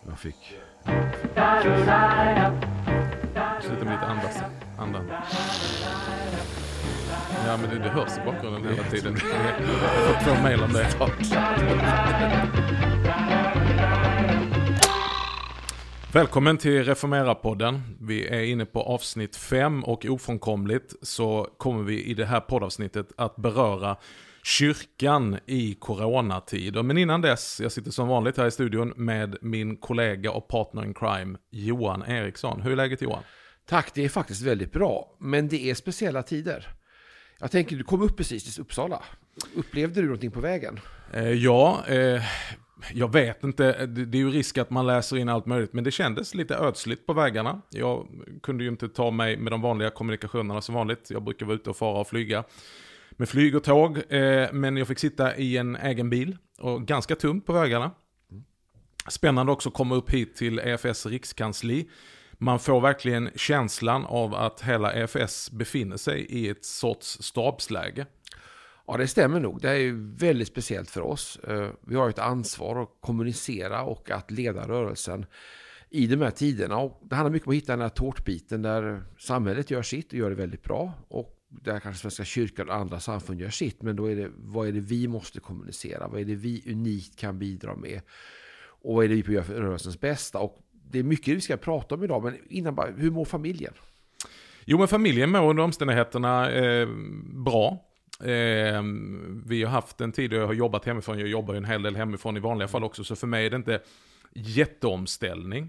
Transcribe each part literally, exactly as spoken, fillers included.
Jag fick... Sluta med lite andas. Andan. Ja, men det, det hörs i bakgrunden hela tiden. Jag har fått två mejl om det. Välkommen till Reformera-podden. Vi är inne på avsnitt fem och ofrånkomligt så kommer vi i det här poddavsnittet att beröra kyrkan i coronatid. Men innan dess, jag sitter som vanligt här i studion med min kollega och partner in crime, Johan Eriksson. Hur är läget, Johan? Tack, det är faktiskt väldigt bra. Men det är speciella tider. Jag tänker, du kom upp precis till Uppsala. Upplevde du någonting på vägen? Eh, ja, eh, jag vet inte. Det, det är ju risk att man läser in allt möjligt. Men det kändes lite ödsligt på vägarna. Jag kunde ju inte ta mig med de vanliga kommunikationerna som vanligt. Jag brukar vara ute och fara och flyga med flyg och tåg. Eh, men jag fick sitta i en egen bil. Och ganska tungt på vägarna. Spännande också att komma upp hit till E F S rikskansli. Man får verkligen känslan av att hela E F S befinner sig i ett sorts stabsläge. Ja, det stämmer nog. Det är ju väldigt speciellt för oss. Vi har ett ansvar att kommunicera och att leda rörelsen i de här tiderna. Och det handlar mycket om att hitta den här tårtbiten där samhället gör sitt och gör det väldigt bra. Och där kanske Svenska kyrkan och andra samfund gör sitt. Men då är det, vad är det vi måste kommunicera? Vad är det vi unikt kan bidra med? Och vad är det vi får göra för rörelsens bästa? Och det är mycket vi ska prata om idag, men innan bara, hur mår familjen? Jo, men familjen mår under omständigheterna eh, bra. Eh, vi har haft en tid då jag har jobbat hemifrån. Jag jobbar ju en hel del hemifrån i vanliga fall också, så för mig är det inte jätteomställning.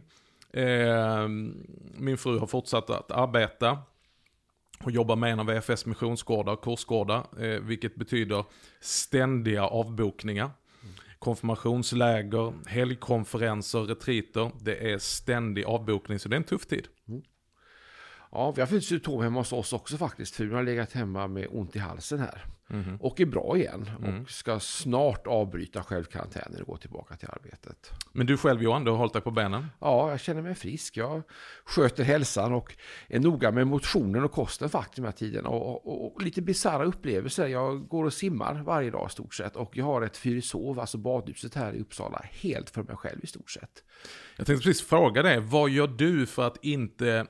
Eh, min fru har fortsatt att arbeta och jobba med en av E F S missionsgårdar, kursgårdar, eh, vilket betyder ständiga avbokningar. Konfirmationsläger, helgkonferenser, retriter. Det är ständig avbokning, så det är en tuff tid. Mm. Ja, vi har fått symptom hemma hos oss också faktiskt. Frun har legat hemma med ont i halsen här. Mm. Och är bra igen. Mm. Och ska snart avbryta självkarantänen och gå tillbaka till arbetet. Men du själv, Johan, du har hållit dig på benen? Ja, jag känner mig frisk. Jag sköter hälsan och är noga med motionen och kosten faktiskt de här tiderna. Och, och, och lite bizarra upplevelser. Jag går och simmar varje dag i stort sett. Och jag har ett fyrisov, alltså badhuset här i Uppsala, helt för mig själv i stort sett. Jag tänkte precis fråga dig, vad gör du för att inte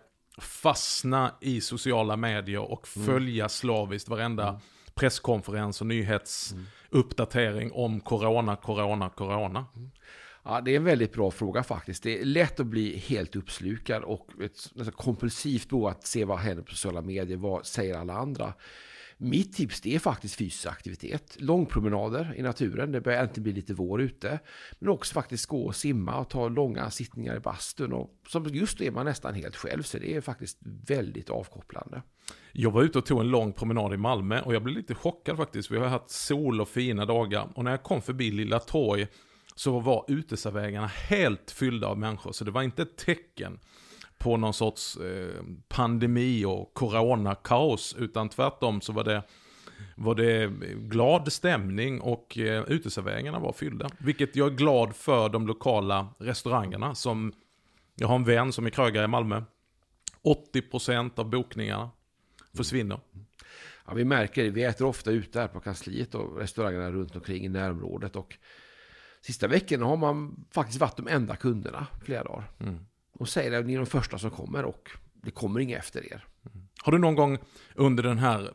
fastna i sociala medier och följa slaviskt varenda mm. presskonferens och nyhetsuppdatering mm. om corona, corona, corona? Mm. Ja, det är en väldigt bra fråga faktiskt. Det är lätt att bli helt uppslukad och ett kompulsivt behov att se vad händer på sociala medier, vad säger alla andra. Mitt tips det är faktiskt fysisk aktivitet. Långpromenader i naturen, det börjar äntligen bli lite vår ute. Men också faktiskt gå och simma och ta långa sittningar i bastun. Och som just då är man nästan helt själv, så det är faktiskt väldigt avkopplande. Jag var ute och tog en lång promenad i Malmö och jag blev lite chockad faktiskt. Vi har haft sol och fina dagar och när jag kom förbi Lilla Torg så var uteserveringarna helt fyllda av människor. Så det var inte ett tecken på någon sorts eh, pandemi och coronakaos, utan tvärtom så var det, var det glad stämning och eh, uteserveringarna var fyllda. Vilket jag är glad för de lokala restaurangerna. Som, jag har en vän som är krögare i Malmö. åttio procent av bokningarna försvinner. Ja, vi märker det. Vi äter ofta ute här på kansliet och restaurangerna runt omkring i närområdet. Och sista veckorna har man faktiskt varit de enda kunderna flera dagar. Mm. Och säger att ni är de första som kommer och det kommer inga efter er. Mm. Har du någon gång under den här,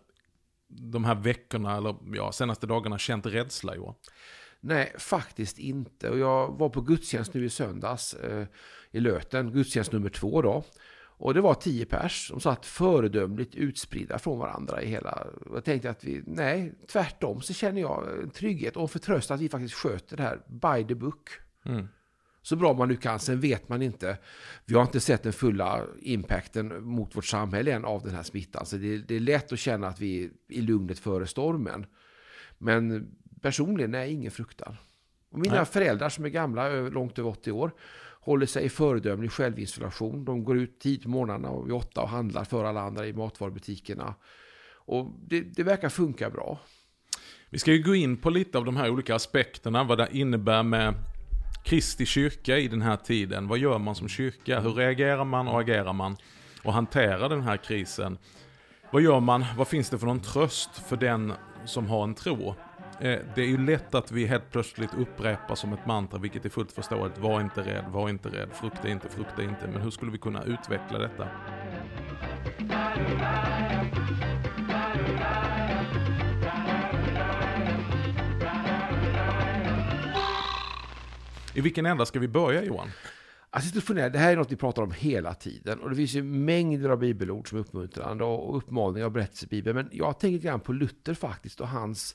de här veckorna eller ja, senaste dagarna känt rädsla, Johan? Nej, faktiskt inte. Och jag var på gudstjänst nu i söndags eh, i Löten, gudstjänst nummer två då. Och det var tio pers som satt föredömligt utspridda från varandra i hela... Jag tänkte att vi, nej, tvärtom så känner jag en trygghet och förtröstan att vi faktiskt sköter det här by the book. Mm. Så bra man nu kan, sen vet man inte. Vi har inte sett den fulla impacten mot vårt samhälle än av den här smittan. Så det, det är lätt att känna att vi är i lugnet före stormen. Men personligen är ingen fruktan. Och mina Nej. föräldrar som är gamla, långt över åttio år, håller sig i föredömlig självinstallation. De går ut tid på morgnarna och vid åtta och handlar för alla andra i matvarubutikerna. Och det, det verkar funka bra. Vi ska ju gå in på lite av de här olika aspekterna. Vad det innebär med Kristi kyrka i den här tiden. Vad gör man som kyrka? Hur reagerar man och agerar man och hanterar den här krisen? Vad gör man? Vad finns det för någon tröst för den som har en tro? Eh, det är ju lätt att vi helt plötsligt upprepar som ett mantra, vilket är fullt förståeligt. Var inte rädd, var inte rädd, frukta inte, frukta inte. Men hur skulle vi kunna utveckla detta? I vilken ända ska vi börja, Johan? Alltså, det här är något vi pratar om hela tiden. Och det finns ju mängder av bibelord som är uppmuntrande och uppmaningar och berättelser i Bibeln. Men jag tänker grann på Luther faktiskt och hans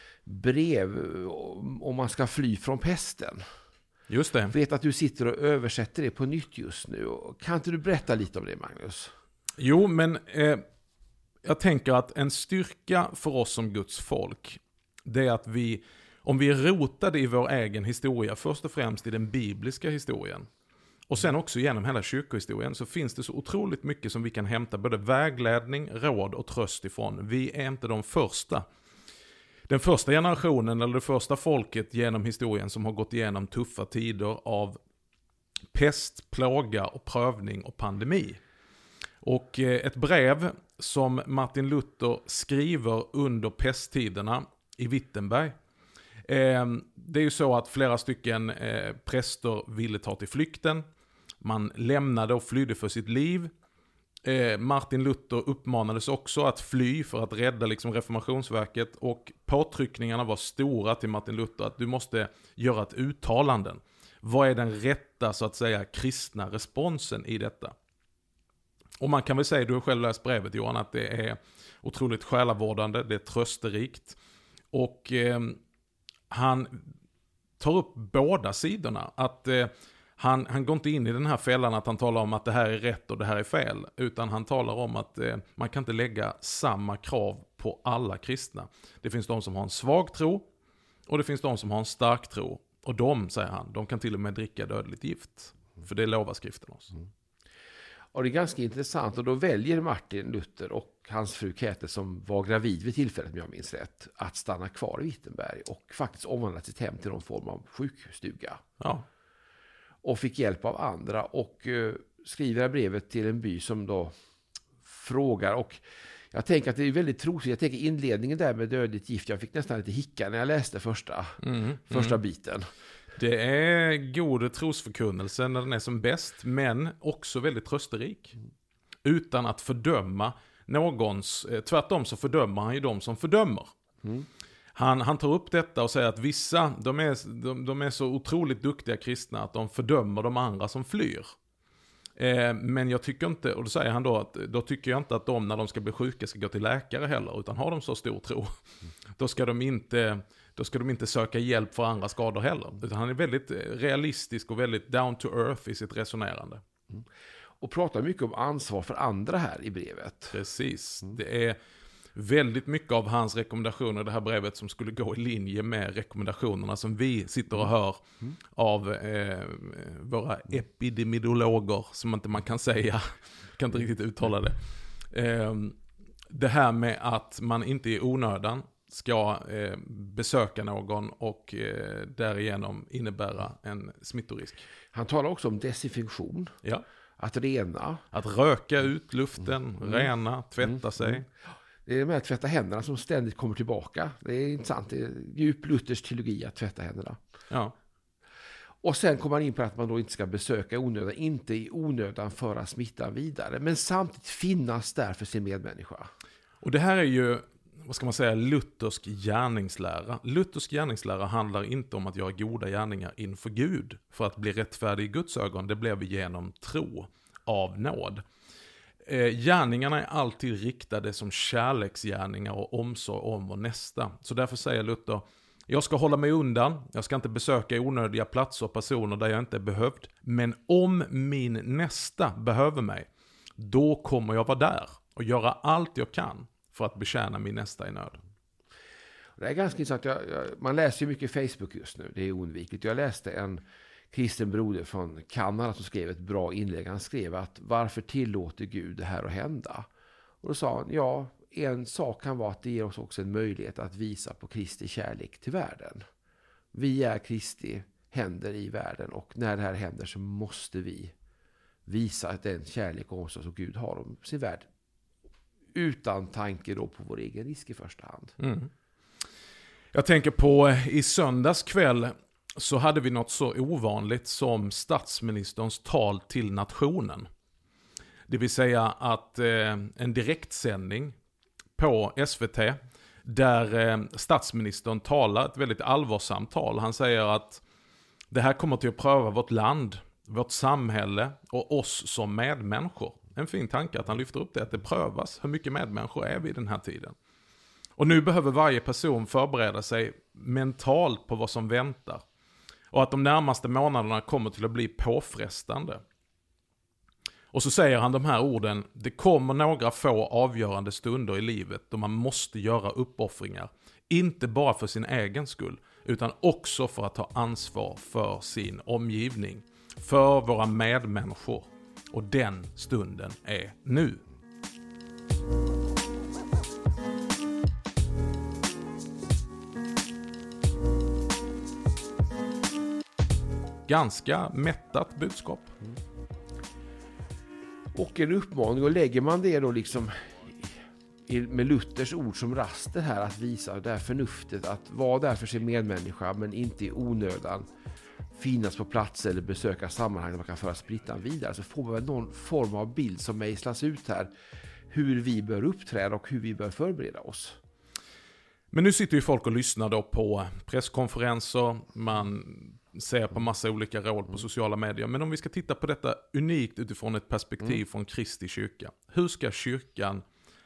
brev om man ska fly från pesten. Just det. Jag vet att du sitter och översätter det på nytt just nu. Kan inte du berätta lite om det, Magnus? Jo, men eh, jag tänker att en styrka för oss som Guds folk, det är att vi, om vi är rotade i vår egen historia, först och främst i den bibliska historien, och sen också genom hela kyrkohistorien, så finns det så otroligt mycket som vi kan hämta både vägledning, råd och tröst ifrån. Vi är inte de första. Den första generationen eller det första folket genom historien som har gått igenom tuffa tider av pest, plåga och prövning och pandemi. Och ett brev som Martin Luther skriver under pesttiderna i Wittenberg. Det är ju så att flera stycken präster ville ta till flykten. Man lämnade och flydde för sitt liv. Martin Luther uppmanades också att fly för att rädda liksom reformationsverket, och påtryckningarna var stora till Martin Luther att du måste göra ett uttalanden. Vad är den rätta, så att säga, kristna responsen i detta? Och man kan väl säga, du har själv läst brevet, Johan, att det är otroligt själavårdande, det är trösterikt, och eh, han tar upp båda sidorna. Att eh, han, han går inte in i den här fällan att han talar om att det här är rätt och det här är fel, utan han talar om att eh, man kan inte lägga samma krav på alla kristna. Det finns de som har en svag tro och det finns de som har en stark tro, och de, säger han, de kan till och med dricka dödligt gift, för det lovar skriften oss. Mm. Och det är ganska intressant, och då väljer Martin Luther och hans fru Käthe, som var gravid vid tillfället om jag minns rätt, att stanna kvar i Wittenberg och faktiskt omvandla sitt hem till någon form av sjukstuga. Ja. Och fick hjälp av andra och uh, skriver det brevet till en by som då frågar, och jag tänker att det är väldigt troligt. Jag tänker inledningen där med dödligt gift, jag fick nästan lite hicka när jag läste första, mm, första mm. biten. Det är god trosförkunnelse när den är som bäst, men också väldigt trösterik. Utan att fördöma någons, tvärtom så fördömer han ju de som fördömer. Mm. Han, han tar upp detta och säger att vissa, de är, de, de är så otroligt duktiga kristna att de fördömer de andra som flyr. Eh, men jag tycker inte, och då säger han då att då tycker jag inte att de när de ska bli sjuka ska gå till läkare heller, utan har de så stor tro, mm. då ska de inte... Då ska de inte söka hjälp för andra skador heller. Utan han är väldigt realistisk och väldigt down to earth i sitt resonerande. Mm. Och pratar mycket om ansvar för andra här i brevet. Precis. Mm. Det är väldigt mycket av hans rekommendationer i det här brevet som skulle gå i linje med rekommendationerna som vi sitter och hör mm. av eh, våra epidemiologer, som inte man kan säga. Jag kan inte riktigt uttala det. Eh, det här med att man inte i onödan ska eh, besöka någon och eh, därigenom innebära en smittorisk. Han talar också om desinfektion. Ja. Att rena. Att röka ut luften, mm. rena, tvätta mm. sig. Mm. Det är de här tvätta händerna som ständigt kommer tillbaka. Det är intressant. Det är djup Luthers teologi att tvätta händerna. Ja. Och sen kommer man in på att man då inte ska besöka i onödan. Inte i onödan föra smittan vidare. Men samtidigt finnas där för sin medmänniska. Och det här är ju, vad ska man säga, luthersk gärningslära. Luthersk gärningslära handlar inte om att göra goda gärningar inför Gud för att bli rättfärdig i Guds ögon. Det blev vi genom tro av nåd. Eh, gärningarna är alltid riktade som kärleksgärningar och omsorg om vår nästa. Så därför säger Luther, jag ska hålla mig undan, jag ska inte besöka onödiga platser och personer där jag inte är behövd. Men om min nästa behöver mig, då kommer jag vara där och göra allt jag kan för att betjäna min nästa i nöd. Det är ganska intressant. Jag, jag, man läser ju mycket Facebook just nu. Det är oundvikligt. Jag läste en kristen broder från Kanada som skrev ett bra inlägg. Han skrev att varför tillåter Gud det här att hända? Och då sa han, ja, en sak kan vara att det ger oss också en möjlighet att visa på Kristi kärlek till världen. Vi är Kristi händer i världen, och när det här händer så måste vi visa att den kärlek och omsorg som Gud har om sin värld, utan tanke då på vår egen risk i första hand. Mm. Jag tänker på i söndags kväll så hade vi något så ovanligt som statsministerns tal till nationen. Det vill säga att eh, en direktsändning på S V T där eh, statsministern talar ett väldigt allvarsamt tal. Han säger att det här kommer till att pröva vårt land, vårt samhälle och oss som medmänniskor. En fin tanke att han lyfter upp det, att det prövas. Hur mycket medmänniskor är vi i den här tiden? Och nu behöver varje person förbereda sig mentalt på vad som väntar. Och att de närmaste månaderna kommer till att bli påfrestande. Och så säger han de här orden: det kommer några få avgörande stunder i livet då man måste göra uppoffringar. Inte bara för sin egen skull, utan också för att ta ansvar för sin omgivning. För våra medmänniskor. Och den stunden är nu. Ganska mättat budskap. Mm. Och en uppmaning, och lägger man det då liksom med Luthers ord som raster här, att visa det här förnuftet, att vara där för sin medmänniska men inte i onödan finnas på plats eller besöka sammanhang där man kan föra splittan vidare, så får man väl någon form av bild som mejslas ut här, hur vi bör uppträda och hur vi bör förbereda oss. Men nu sitter ju folk och lyssnar då på presskonferenser, man ser på massa olika råd på sociala medier. Men om vi ska titta på detta unikt utifrån ett perspektiv mm. från Kristi kyrka. Hur ska kyrkan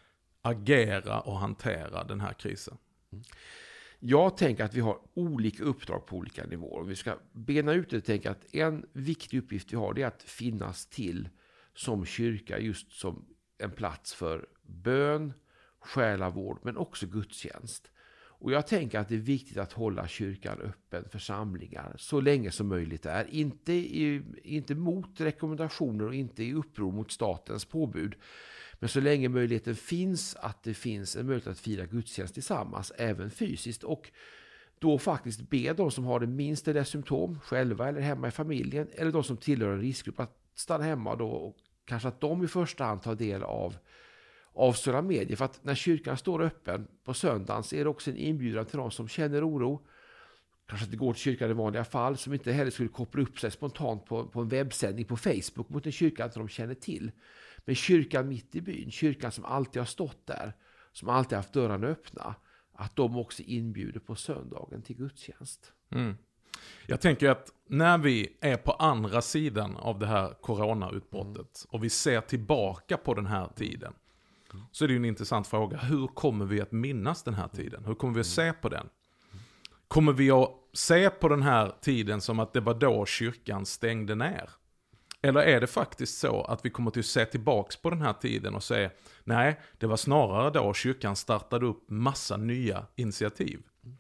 agera och hantera den här krisen? Mm. Jag tänker att vi har olika uppdrag på olika nivåer. Om vi ska bena ut det, tänker jag att en viktig uppgift vi har, det är att finnas till som kyrka, just som en plats för bön, själavård men också gudstjänst. Och jag tänker att det är viktigt att hålla kyrkan öppen för samlingar så länge som möjligt är. Inte, i, inte mot rekommendationer och inte i uppror mot statens påbud. Men så länge möjligheten finns, att det finns en möjlighet att fira gudstjänst tillsammans, även fysiskt. Och då faktiskt be de som har det minsta eller symptom, själva eller hemma i familjen, eller de som tillhör en riskgrupp, att stanna hemma då, och kanske att de i första hand tar del av av sådana medier. För att när kyrkan står öppen på söndagen så är det också en inbjudan till de som känner oro. Kanske att det går till kyrkan i vanliga fall, som inte heller skulle koppla upp sig spontant på, på en webbsändning på Facebook mot en kyrka som de känner till. Men kyrkan mitt i byn, kyrkan som alltid har stått där, som alltid haft dörrarna öppna, att de också inbjuder på söndagen till gudstjänst. Mm. Jag tänker att när vi är på andra sidan av det här coronautbrottet mm. och vi ser tillbaka på den här tiden, så är det ju en intressant fråga. Hur kommer vi att minnas den här tiden? Hur kommer vi att se på den? Kommer vi att se på den här tiden som att det var då kyrkan stängde ner? Eller är det faktiskt så att vi kommer till att se tillbaks på den här tiden och säga, nej, det var snarare då kyrkan startade upp massa nya initiativ.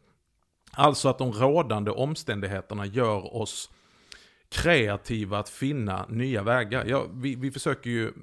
Alltså att de rådande omständigheterna gör oss kreativa att finna nya vägar. Ja, vi, vi försöker ju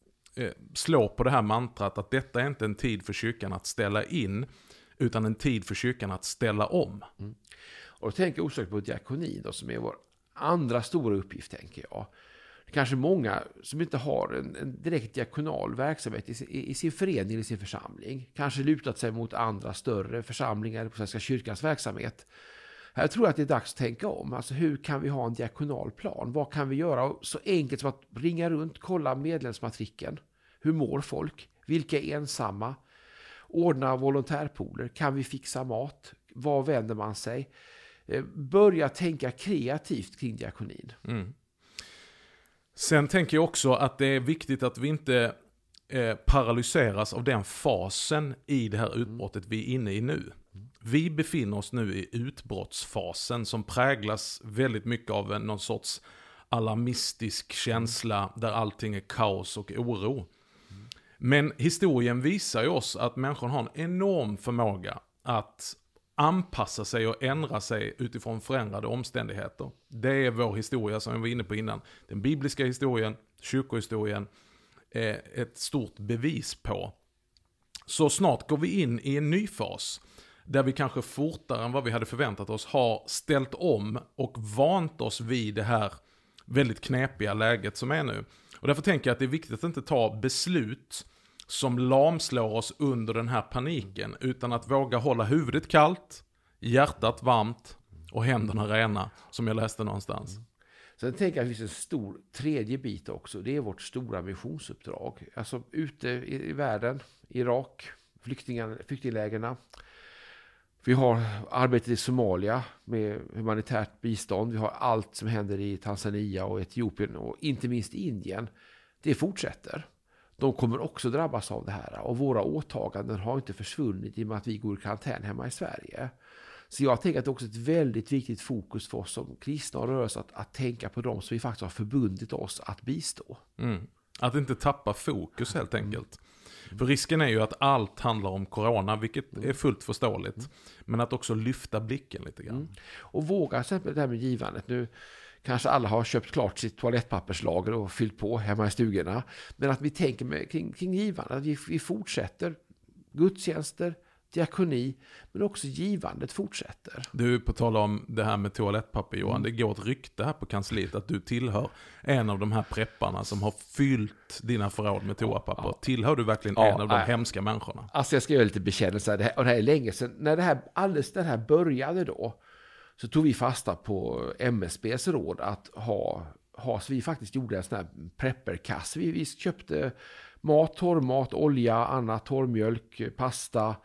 slå på det här mantrat att detta är inte en tid för kyrkan att ställa in, utan en tid för kyrkan att ställa om. Mm. Och då tänker jag osökt på diakonin då, som är vår andra stora uppgift, tänker jag. Det är kanske många som inte har en, en direkt diakonal verksamhet i, i, i sin förening eller sin församling. Kanske lutat sig mot andra större församlingar på Svenska kyrkans verksamhet. Här tror jag att det är dags att tänka om. Alltså, hur kan vi ha en diakonal plan? Vad kan vi göra? Och så enkelt som att ringa runt, kolla medlemsmatriken. Hur mår folk? Vilka är ensamma? Ordna volontärpooler. Kan vi fixa mat? Var vänder man sig? Börja tänka kreativt kring diakonin. Mm. Sen tänker jag också att det är viktigt att vi inte eh, paralyseras av den fasen i det här utbrottet vi är inne i nu. Vi befinner oss nu i utbrottsfasen som präglas väldigt mycket av en, någon sorts alarmistisk känsla där allting är kaos och oro. Men historien visar ju oss att människan har en enorm förmåga att anpassa sig och ändra sig utifrån förändrade omständigheter. Det är vår historia som vi var inne på innan. Den bibliska historien, kyrkohistorien, är ett stort bevis på. Så snart går vi in i en ny fas där vi kanske fortare än vad vi hade förväntat oss har ställt om och vant oss vid det här väldigt knepiga läget som är nu. Och därför tänker jag att det är viktigt att inte ta beslut som lamslår oss under den här paniken, utan att våga hålla huvudet kallt, hjärtat varmt och händerna rena, som jag läste någonstans. Mm. Sen tänker jag att det finns en stor tredje bit också. Det är vårt stora missionsuppdrag. Alltså ute i, i världen, Irak, flyktinglägerna. Vi har arbetet i Somalia med humanitärt bistånd. Vi har allt som händer i Tanzania och Etiopien och inte minst Indien. Det fortsätter. De kommer också drabbas av det här. Och våra åtaganden har inte försvunnit i och med att vi går i karantän hemma i Sverige. Så jag tänker att det är också ett väldigt viktigt fokus för oss som kristna och rörelser att, att tänka på dem som vi faktiskt har förbundit oss att bistå. Mm. Att inte tappa fokus helt enkelt. Mm. För risken är ju att allt handlar om corona, vilket mm. är fullt förståeligt. Mm. Men att också lyfta blicken lite grann. Mm. Och våga exempel det här med givandet. Nu kanske alla har köpt klart sitt toalettpapperslager och fyllt på hemma i stugorna. Men att vi tänker med, kring, kring givandet, att vi, vi fortsätter gudstjänster, diakoni, men också givandet fortsätter. Du, på tal om det här med toalettpapper, Johan, mm. det går ett rykte här på kansliet att du tillhör en av de här prepparna som har fyllt dina förråd med toapapper. Ja. Tillhör du verkligen ja, en av de nej. hemska människorna? Alltså jag ska göra lite bekännelse, det här, och det här är länge sedan. När det här, alldeles det här började då, så tog vi fasta på M S B:s råd att ha, ha så vi faktiskt gjorde en sån här prepperkasse. Vi, vi köpte mat, torrmat, olja, annat, torrmjölk, pasta.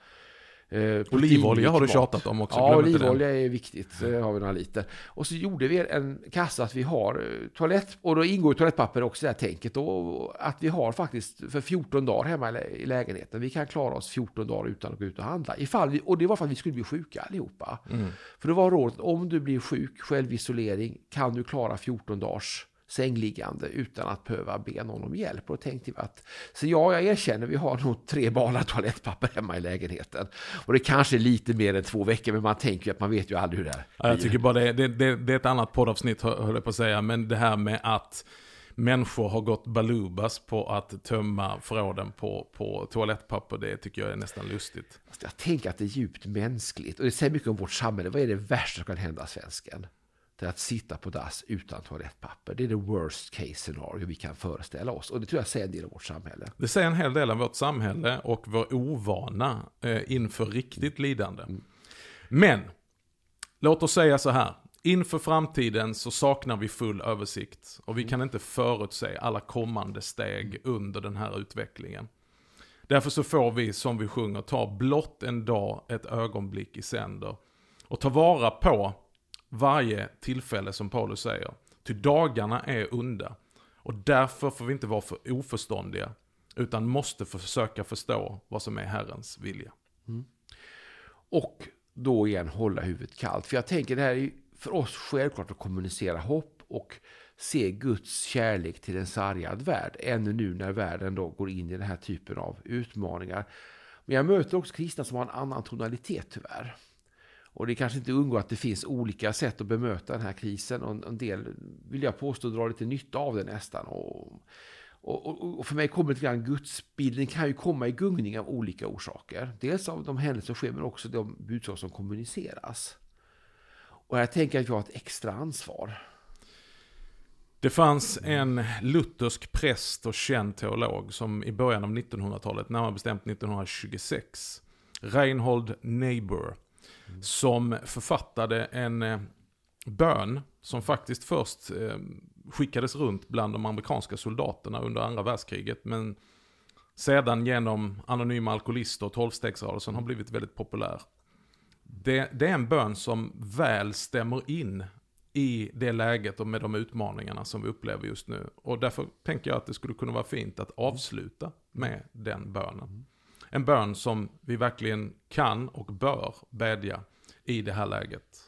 Eh, olivolja har du tjatat om också. Ja, olivolja är viktigt. Så har vi några liter. Och så gjorde vi en kassa att vi har toalett, och då ingår toalettpapper också i det här tänket. Och att vi har faktiskt för fjorton dagar hemma i lägenheten. Vi kan klara oss fjorton dagar utan att gå ut och handla. Ifall vi, och det var för att vi skulle bli sjuka allihopa. Mm. För det var rådet, om du blir sjuk, självisolering, kan du klara fjorton dagars sängliggande utan att behöva be någon om hjälp. Och då tänkte vi att, så ja, jag erkänner, vi har nog tre balar toalettpapper hemma i lägenheten. Och det kanske är lite mer än två veckor, men man tänker ju att man vet ju aldrig hur det är. Ja, jag tycker bara det, det, det, det är ett annat poddavsnitt, höll jag på att säga, men det här med att människor har gått balubas på att tömma förråden på, på toalettpapper, det tycker jag är nästan lustigt. Jag tänker att det är djupt mänskligt, och det säger mycket om vårt samhälle. Vad är det värsta som kan hända svensken? Till att sitta på dass utan toalettpapper. Det är det worst case scenario vi kan föreställa oss. Och det tror jag säger en del av vårt samhälle. Det säger en hel del om vårt samhälle och vår ovana eh, inför riktigt lidande. Mm. Men, låt oss säga så här. Inför framtiden så saknar vi full översikt. Och vi kan inte förutse alla kommande steg under den här utvecklingen. Därför så får vi, som vi sjunger, ta blott en dag, ett ögonblick i sänder. Och ta vara på varje tillfälle, som Paulus säger. Ty dagarna är onda. Och därför får vi inte vara för oförståndiga. Utan måste försöka förstå vad som är Herrens vilja. Mm. Och då igen hålla huvudet kallt. För jag tänker det här är för oss självklart att kommunicera hopp. Och se Guds kärlek till en sargad värld. Ännu nu när världen då går in i den här typen av utmaningar. Men jag möter också kristna som har en annan tonalitet tyvärr. Och det kanske inte undgår att det finns olika sätt att bemöta den här krisen. Och en del, vill jag påstå, drar lite nytta av det nästan. Och, och, och för mig kommer lite grann gudsbilden kan ju komma i gungning av olika orsaker. Dels av de händelser som sker, men också de budskap som kommuniceras. Och jag tänker att vi har ett extra ansvar. Det fanns en luthersk präst och känd teolog som i början av nittonhundratalet, närmare bestämt nittonhundratjugosex, Reinhold Niebuhr, Mm. som författade en eh, bön som faktiskt först eh, skickades runt bland de amerikanska soldaterna under andra världskriget, men sedan genom anonyma alkoholister och tolvstegsrörelsen har blivit väldigt populär. Det, det är en bön som väl stämmer in i det läget och med de utmaningarna som vi upplever just nu. Och därför tänker jag att det skulle kunna vara fint att avsluta med den bönen. En bön som vi verkligen kan och bör bedja i det här läget.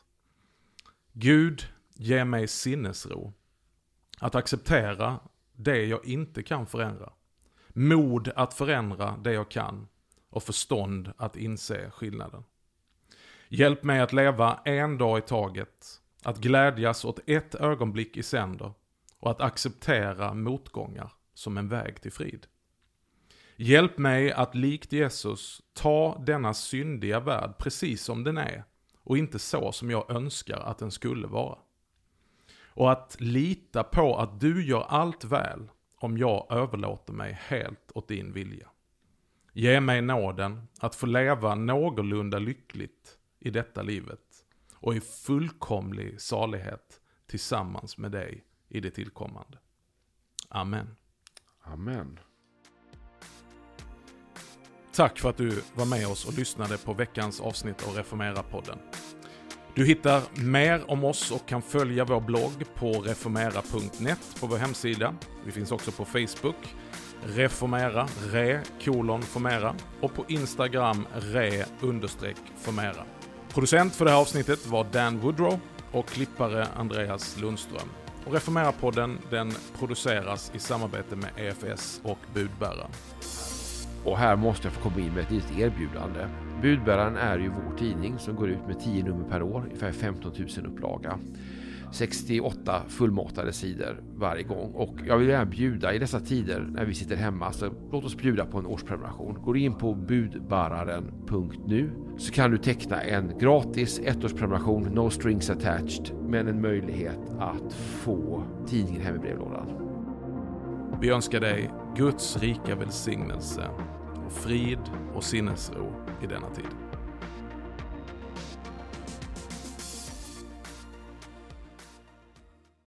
Gud, ge mig sinnesro att acceptera det jag inte kan förändra. Mod att förändra det jag kan och förstånd att inse skillnaden. Hjälp mig att leva en dag i taget, att glädjas åt ett ögonblick i sänder och att acceptera motgångar som en väg till frid. Hjälp mig att likt Jesus ta denna syndiga värld precis som den är och inte så som jag önskar att den skulle vara. Och att lita på att du gör allt väl om jag överlåter mig helt åt din vilja. Ge mig nåden att få leva någorlunda lyckligt i detta livet och i fullkomlig salighet tillsammans med dig i det tillkommande. Amen. Amen. Tack för att du var med oss och lyssnade på veckans avsnitt av Reformera-podden. Du hittar mer om oss och kan följa vår blogg på reformera punkt net på vår hemsida. Vi finns också på Facebook, reformera, re, kolon, formera, och på Instagram, re, understreck, formera. Producent för det här avsnittet var Dan Woodrow och klippare Andreas Lundström. Och Reformera-podden, den produceras i samarbete med E F S och Budbäraren. Och här måste jag få komma in med ett litet erbjudande. Budbäraren är ju vår tidning som går ut med tio nummer per år, ungefär femton tusen upplaga. sextioåtta fullmatade sidor varje gång. Och jag vill gärna bjuda i dessa tider när vi sitter hemma, så låt oss bjuda på en årsprenumeration. Går in på budbararen punkt nu så kan du teckna en gratis ettårsprenumeration, no strings attached, men en möjlighet att få tidningen hem i brevlådan. Vi önskar dig Guds rika välsignelse och frid och sinnesro i denna tid.